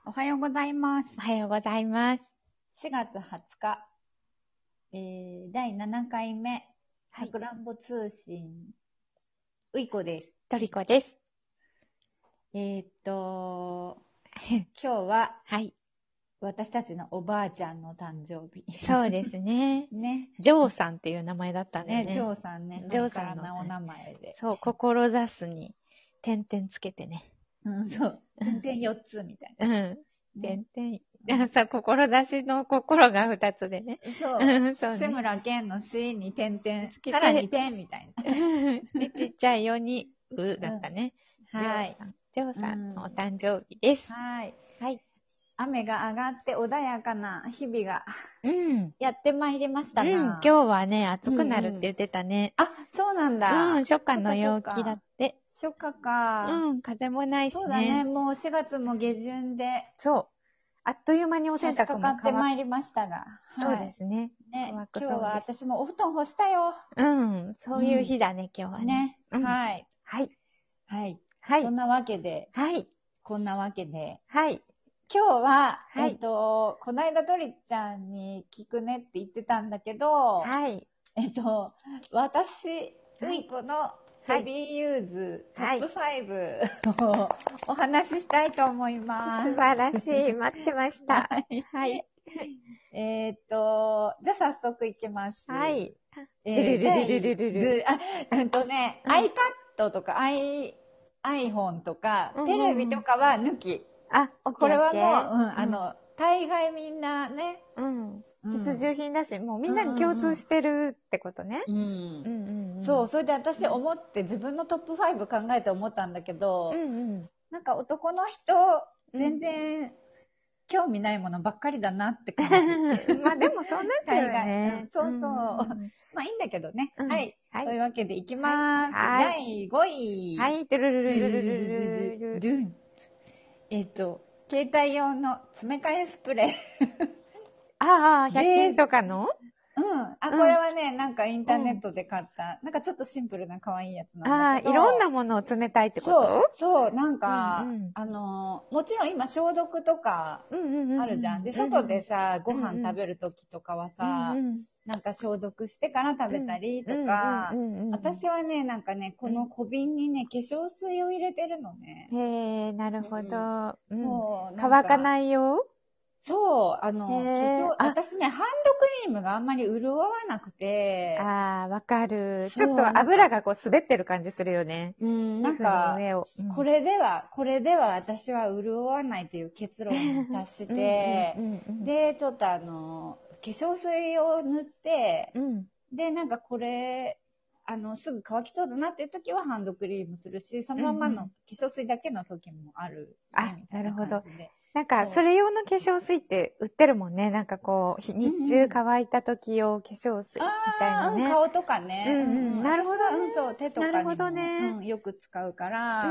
おはようございます。 おはようございます。 4月20日、第7回目、さくらんぼ通信、ういこです。 トリコです。 今日は、 はい。 私たちのおばあちゃんの誕生日。 そうですね。 ね。 ジョーさんっていう名前だったんだよね。 ジョーさんね。 ジョーさんのなお名前で。 そう、志に点々つけてね。 そう。点々4つみたいな。 点々。さ、志の心が2つでね。 そう。 そうね。 志村けんのしに点々、 つけてさらに点みたいな。 で、ちっちゃいように、うだったね。 はい。 ジョーさんのお誕生日です。 はい。 はい。 雨が上がって穏やかな日々が、やってまいりましたな。 今日はね、暑くなるって言ってたね。 あ、そうなんだ。 初夏の陽気だって。 初夏か。 風もないしね。 そうだね、もう4月も下旬で。 そう。あっという間にお洗濯もかかってまいりましたが。 そうですね。 ね、今日は私もお布団干したよ。 そういう日だね、今日はね。 はい。 はい。 はい。そんなわけで。 はい。 こんなわけで。 はい。 今日は、この間トリちゃんに聞くねって言ってたんだけど、 はい。 私、ういこのヘビーユーズトップ5をお話ししたいと思います。 素晴らしい。待ってました。はい。 じゃあ早速いきます。 はい。 iPad とか iPhone とか、テレビとかは抜き。これはもう、大概みんなね。 必需品だし、もうみんなに共通してるってことね。 そう、それで私思って自分のトップ5考えて思ったんだけど、なんか男の人、全然興味ないものばっかりだなって感じ。 まあでもそうなっちゃうよね。 そうそう。まあいいんだけどね。はい。そういうわけでいきまーす。第5位。 はい。 携帯用の詰め替えスプレー。 100均とかのこれはね、なんかインターネットで買った、なんかちょっとシンプルな可愛いやつなんだけど。 いろんなものを詰めたいってこと？ そう、なんか、もちろん今消毒とかあるじゃん。で、外でさ、ご飯食べるときとかはさ、なんか消毒してから食べたりとか、私はね、なんかね、この小瓶にね、化粧水を入れてるのね。 へー、なるほど。乾かないよ。 そう、私ね、ハンドクリームがあんまり潤わなくて。 わかる。ちょっと油がこう滑ってる感じするよね。 なんか、これでは私は潤わないという結論に達して、で、ちょっと化粧水を塗って、で、なんかこれ、すぐ乾きそうだなっていう時はハンドクリームするし、そのままの化粧水だけの時もあるし、みたいな感じで。 なんか、それ用の化粧水って売ってるもんね。なんかこう、日中乾いた時用化粧水みたいなね。 顔とかね。 なるほどね。 そう、手とかにもよく使うから、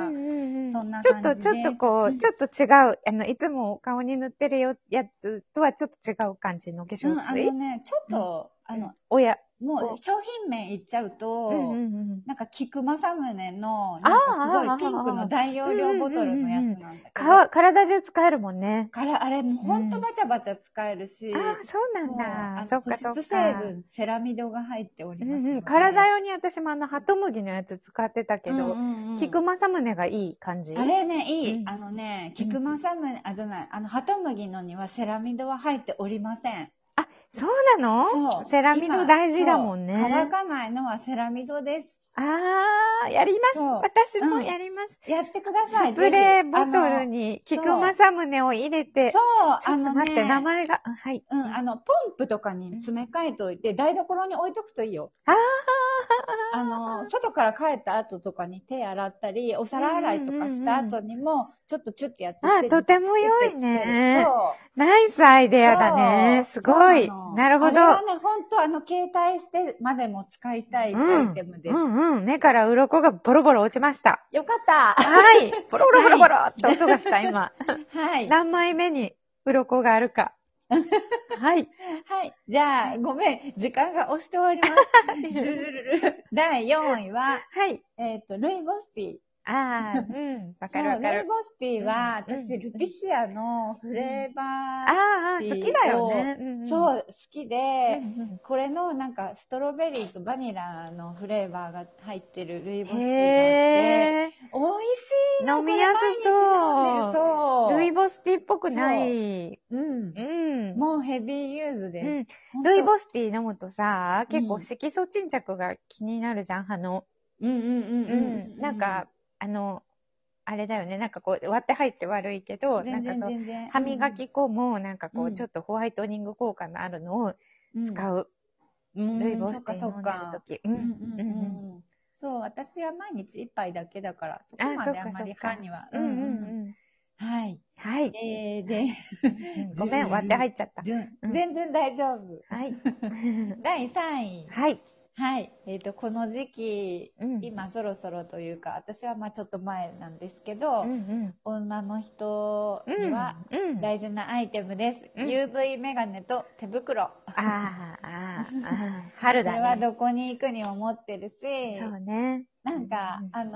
そんな感じで。ちょっとこう、ちょっと違う、いつも顔に塗ってるやつとはちょっと違う感じの化粧水。 ちょっと、もう商品名言っちゃうと、なんか菊正宗の、なんかすごいピンクの大容量ボトルのやつなんだけど。 体中使えるもんね。 あれもうほんとバチャバチャ使えるし。 そうなんだ。そっかそっか。 保湿成分、セラミドが入っております。 体用に私もハトムギのやつ使ってたけど、菊正宗がいい感じ？ あれね、いい。菊正宗、ハトムギのにはセラミドは入っておりません。 そうなの？そう。セラミド大事だもんね。 乾かないのはセラミドです。 やります。私もやります。 やってください。 スプレーボトルに菊正宗を入れて。そう。ちょっと待って、名前が。はい。 ポンプとかに詰め替えといて、台所に置いとくといいよ。外から帰った後とかに手洗ったり、お皿洗いとかした後にも、ちょっとチュッてやってとても良いね。そう。ナイスアイデアだね。すごい。なるほど。 あれはね、ほんと携帯してまでも使いたいアイテムです。 目から鱗がボロボロ落ちました。 よかった。 はい。ボロボロボロボロって音がした、今。 はい。 何枚目に鱗があるか。はい。 はい。じゃあ、ごめん。時間が押しております。第4位は、 はい。 ルイボスティー。 ああ、うん。わかるわかる。 ルイボスティーは、私、ルピシアのフレーバーティーを、 好きだよね。 そう、好きで、これのなんか、ストロベリーとバニラのフレーバーが入ってるルイボスティーがあって、美味しいの。 飲みやすそう。 そう。 ルイボスティーっぽくない。 もうヘビーユーズで。 ルイボスティー飲むとさ、結構色素沈着が気になるじゃん、歯の。なんか、あれだよね。なんかこう、割って入って悪いけど、なんかそう、歯磨き粉も、なんかこう、ちょっとホワイトニング効果のあるのを使う。ルイボスティー飲んでるとき。 そう、私は毎日一杯だけだから、そこまであんまり歯には。はい。 はい。 で、 ごめん、割って入っちゃった。 全然大丈夫。 はい。 第3位。 はい。 はい。この時期、今そろそろというか、私はまあちょっと前なんですけど、女の人には大事なアイテムです。UV メガネと手袋。 春だね。 これはどこに行くにも持ってるし、 そうね。 なんか、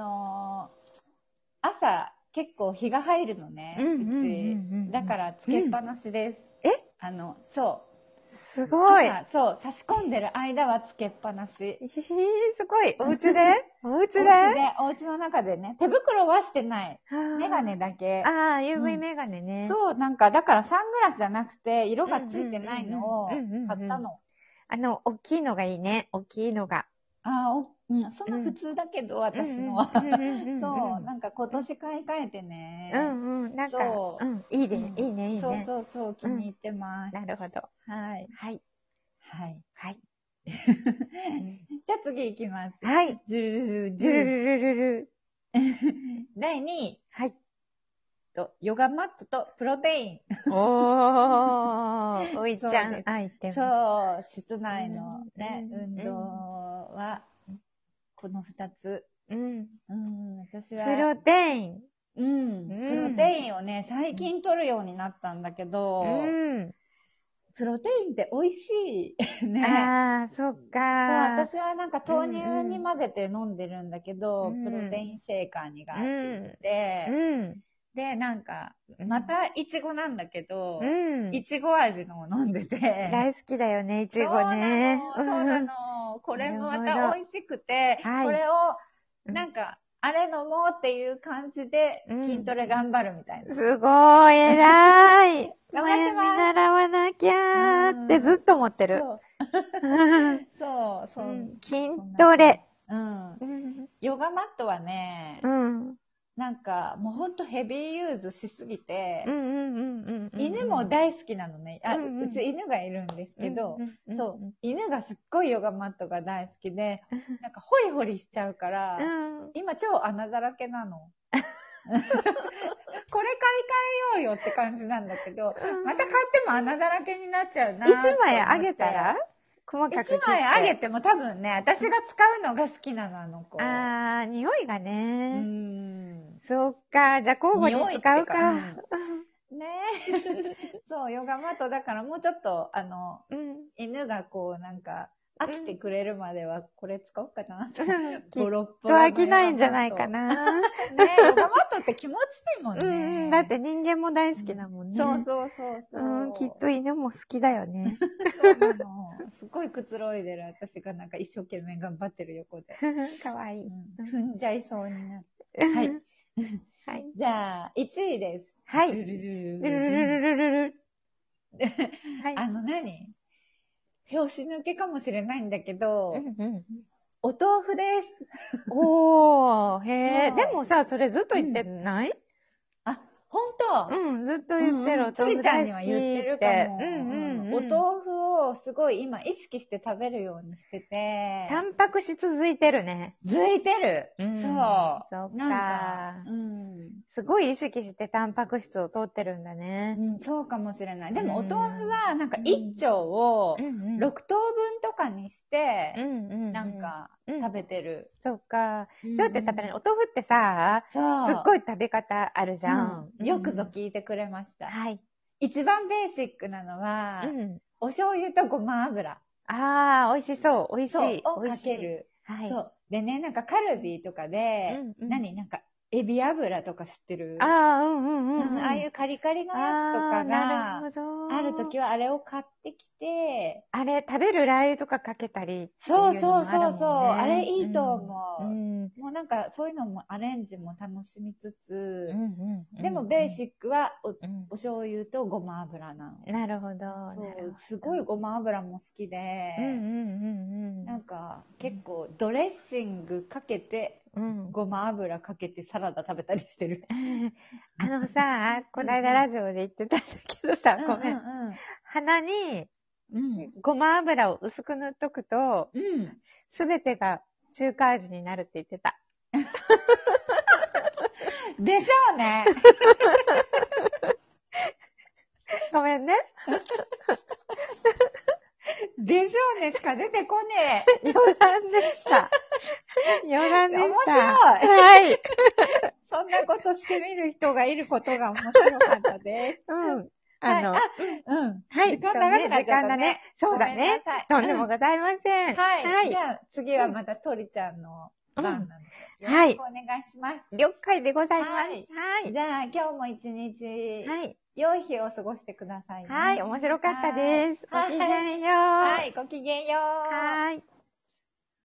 朝結構日が入るのね、うち。だからつけっぱなしです。そう。 すごい。 そう、差し込んでる間はつけっぱなし。 すごい。お家でお家の中でね。手袋はしてない。メガネだけ。 UV メガネね。 そう、なんか、だからサングラスじゃなくて、色がついてないのを買ったの。 大きいのがいいね。大きいのが。 そんな普通だけど、私のは。そう、なんか今年買い替えてね。 なんか、いいね、いいね、いいね。 そう、気に入ってます。 なるほど。 はい。 はい。 はい。じゃあ次行きます。 はい。 ジュルルジュルルルルル。 第2位。 はい。 ヨガマットとプロテイン。 おいちゃんアイテム。 そう、室内のね、運動は、この2つ。私は。 プロテイン。 プロテインをね、最近取るようになったんだけど、プロテインって美味しい。ね。 そっか。 そう、私はなんか豆乳に混ぜて飲んでるんだけど、プロテインシェーカーにがって言って、で、なんか、またイチゴなんだけど、イチゴ味のを飲んでて。 大好きだよね、イチゴね。 そうなの。これもまた美味しくて、これを、なんか、あれ飲もうっていう感じで筋トレ頑張るみたいな。 すごい、偉い。 頑張ってます。 見習わなきゃーってずっと思ってる。 そう。 筋トレ。 ヨガマットはね、なんか、もうほんとヘビーユーズしすぎて、犬も大好きなのね。うち犬がいるんですけど、そう、犬がすっごいヨガマットが大好きで、なんかホリホリしちゃうから、今超穴だらけなの。これ買い替えようよって感じなんだけど、また買っても穴だらけになっちゃうな。 1枚あげたら 1枚あげても多分ね、私が使うのが好きなの、あの子。 匂いがね。そっか、じゃあ交互に使うか。 ねそう、ヨガマットだからもうちょっと、犬がこうなんか、飽きてくれるまではこれ使おうかなと。 ボロッボロ。飽きないんじゃないかな。 ねヨガマットって気持ちいいもんね。 だって人間も大好きだもんね。 そう。 きっと犬も好きだよね。 そうなの。すごいくつろいでる私がなんか一生懸命頑張ってる横で。 かわいい。 踏んじゃいそうになって。はい。じゃあ、1位です。 はい。 何拍子抜けかもしれないんだけど、お豆腐です。 へえ。でもさ、それずっと言ってない？ ほんと？ ずっと言ってる。お豆腐ちゃんには言ってるかも。お豆腐をすごい今意識して食べるようにしてて。 タンパク質続いてるね。 続いてる。そう。 そっか。すごい意識してタンパク質を取ってるんだね。 そうかもしれない。でもお豆腐はなんか1丁を6等分とかにして、なんか食べてる。 そっか。どうやって食べるの？お豆腐ってさ、すっごい食べ方あるじゃん。 よくぞ聞いてくれました。 はい。 一番ベーシックなのは、お醤油とごま油。 美味しそう。美味しい。 をかける。そう。でね、なんかカルディとかで、なんかエビ油とか知ってる？ あああいうカリカリのやつとかが、あるときはあれを買ってきて、 あれ、食べるラー油とかかけたり、 そうそうそうそう、あれいいと思う。もうなんかそういうのもアレンジも楽しみつつ、でもベーシックはお醤油とごま油なの。 なるほど。 そう、すごいごま油も好きで、なんか結構ドレッシングかけて、ごま油かけてサラダ食べたりしてる。 さ、この間ラジオで言ってたんだけどさ、ごめん。鼻にごま油を薄く塗っとくと、すべてが中華味になるって言ってた。 でしょうね。 ごめんね。 でしょうねしか出てこねえ。余談でした。余談でした。 面白い。 はい。 そんなことしてみる人がいることが面白かったです。 はい。 時間長くなっちゃったね。 そうだね。とんでもございません。 はい。じゃあ次はまたトリちゃんの番なので、よろしくお願いします。 了解でございます。 はい。じゃあ今日も一日、良い日を過ごしてくださいね。 はい。面白かったです。ごきげんよう。 はい。ごきげんよう。 はい。